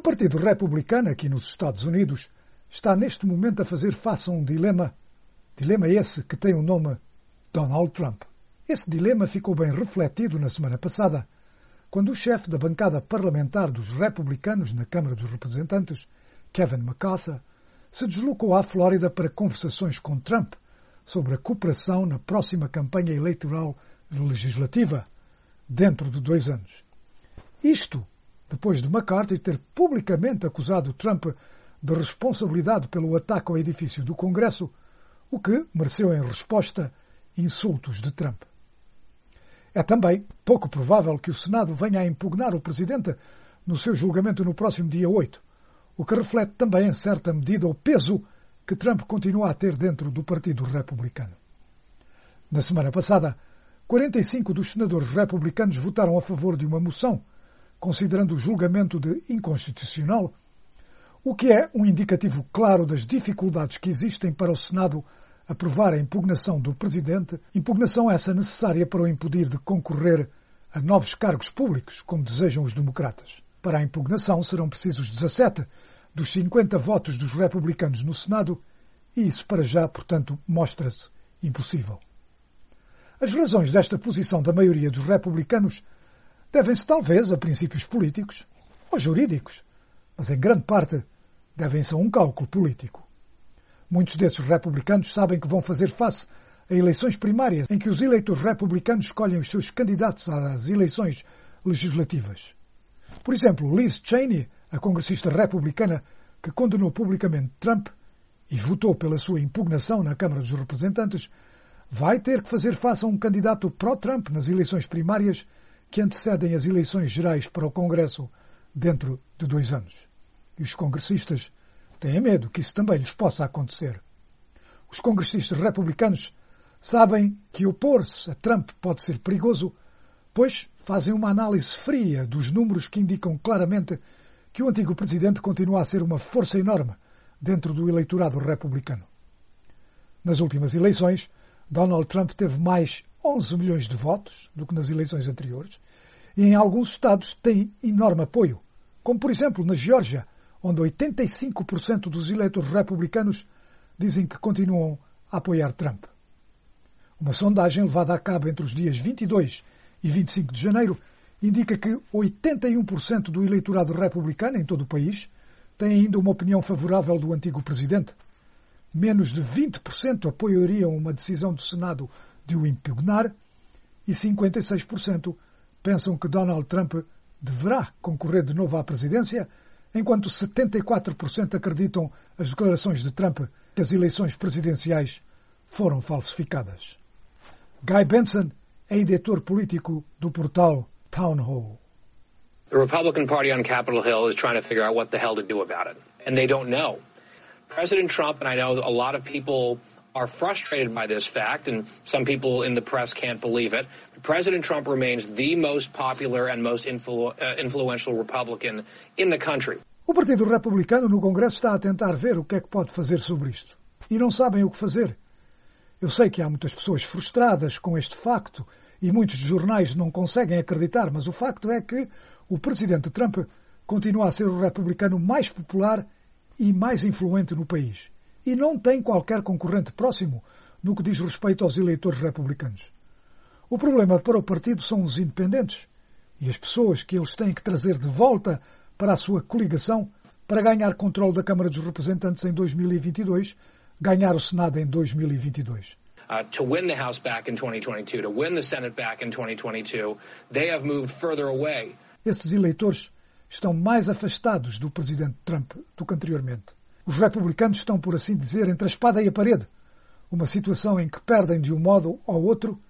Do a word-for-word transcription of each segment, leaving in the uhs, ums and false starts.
Partido Republicano, aqui nos Estados Unidos, está neste momento a fazer face a um dilema, dilema esse que tem o nome Donald Trump. Esse dilema ficou bem refletido na semana passada, quando o chefe da bancada parlamentar dos republicanos na Câmara dos Representantes, Kevin McCarthy, se deslocou à Flórida para conversações com Trump sobre a cooperação na próxima campanha eleitoral legislativa, dentro de dois anos. Isto depois de McCarthy ter publicamente acusado Trump de responsabilidade pelo ataque ao edifício do Congresso, o que mereceu em resposta insultos de Trump. É também pouco provável que o Senado venha a impugnar o Presidente no seu julgamento no próximo dia oito, o que reflete também, em certa medida, o peso que Trump continua a ter dentro do Partido Republicano. Na semana passada, quarenta e cinco dos senadores republicanos votaram a favor de uma moção, considerando o julgamento de inconstitucional, o que é um indicativo claro das dificuldades que existem para o Senado aprovar a impugnação do Presidente, impugnação essa necessária para o impedir de concorrer a novos cargos públicos, como desejam os democratas. Para a impugnação serão precisos dezassete dos cinquenta votos dos republicanos no Senado e isso para já, portanto, mostra-se impossível. As razões desta posição da maioria dos republicanos devem-se talvez a princípios políticos ou jurídicos, mas em grande parte devem-se a um cálculo político. Muitos desses republicanos sabem que vão fazer face a eleições primárias em que os eleitores republicanos escolhem os seus candidatos às eleições legislativas. Por exemplo, Liz Cheney, a congressista republicana que condenou publicamente Trump e votou pela sua impugnação na Câmara dos Representantes, vai ter que fazer face a um candidato pró-Trump nas eleições primárias que antecedem as eleições gerais para o Congresso dentro de dois anos. E os congressistas têm medo que isso também lhes possa acontecer. Os congressistas republicanos sabem que opor-se a Trump pode ser perigoso, pois fazem uma análise fria dos números que indicam claramente que o antigo presidente continua a ser uma força enorme dentro do eleitorado republicano. Nas últimas eleições, Donald Trump teve mais onze milhões de votos do que nas eleições anteriores e em alguns estados tem enorme apoio, como por exemplo na Geórgia, onde oitenta e cinco por cento dos eleitores republicanos dizem que continuam a apoiar Trump. Uma sondagem levada a cabo entre os dias vinte e dois e vinte e cinco de janeiro indica que oitenta e um por cento do eleitorado republicano em todo o país tem ainda uma opinião favorável do antigo presidente. Menos de vinte por cento apoiariam uma decisão do Senado de o impugnar e cinquenta e seis por cento pensam que Donald Trump deverá concorrer de novo à presidência, enquanto setenta e quatro por cento acreditam as declarações de Trump que as eleições presidenciais foram falsificadas. Guy Benson é editor político do portal Town Hall. The Republican Party on Capitol Hill is trying to figure out what the hell to do about it, and they don't know. President Trump, and I know a lot of people are frustrated by this fact, and some people in the press can't believe it, but President Trump remains the most popular and most influ- uh, influential Republican in the country. O Partido Republicano no Congresso está a tentar ver o que é que pode fazer sobre isto. E não sabem o que fazer. Eu sei que há muitas pessoas frustradas com este facto e muitos jornais não conseguem acreditar, mas o facto é que o presidente Trump continua a ser o republicano mais popular e mais influente no país. E não tem qualquer concorrente próximo no que diz respeito aos eleitores republicanos. O problema para o partido são os independentes e as pessoas que eles têm que trazer de volta para a sua coligação para ganhar controle da Câmara dos Representantes em dois mil e vinte e dois, ganhar o Senado em dois mil e vinte e dois. Uh, to win the House back in twenty twenty-two, to win the Senate back in twenty twenty-two, they have moved further away. Esses eleitores estão mais afastados do presidente Trump do que anteriormente. Os republicanos estão, por assim dizer, entre a espada e a parede, uma situação em que perdem de um modo ao outro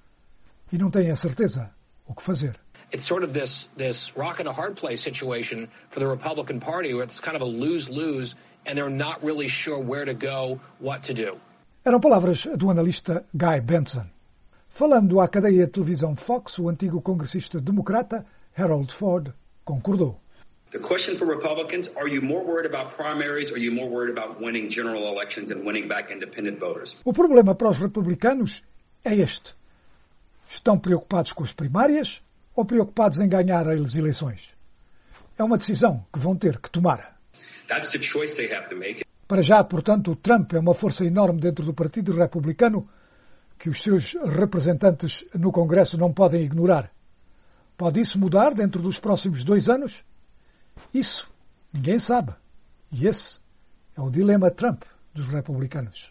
e não têm a certeza o que fazer. It's sort of this this rock and a hard place situation for the Republican Party, where it's kind of a lose-lose, and they're not really sure where to go, what to do. Eram palavras do analista Guy Benson. Falando à cadeia de televisão Fox, o antigo congressista democrata Harold Ford concordou. The question for Republicans, are you more worried about primaries or are you more worried about winning general elections and winning back independent voters? O problema para os republicanos é este. Estão preocupados com as primárias ou preocupados em ganhar as eleições? É uma decisão que vão ter que tomar. That's the choice they have to make. Para já, portanto, o Trump é uma força enorme dentro do Partido Republicano que os seus representantes no Congresso não podem ignorar. Pode isso mudar dentro dos próximos dois anos? Isso ninguém sabe. E esse é o dilema Trump dos republicanos.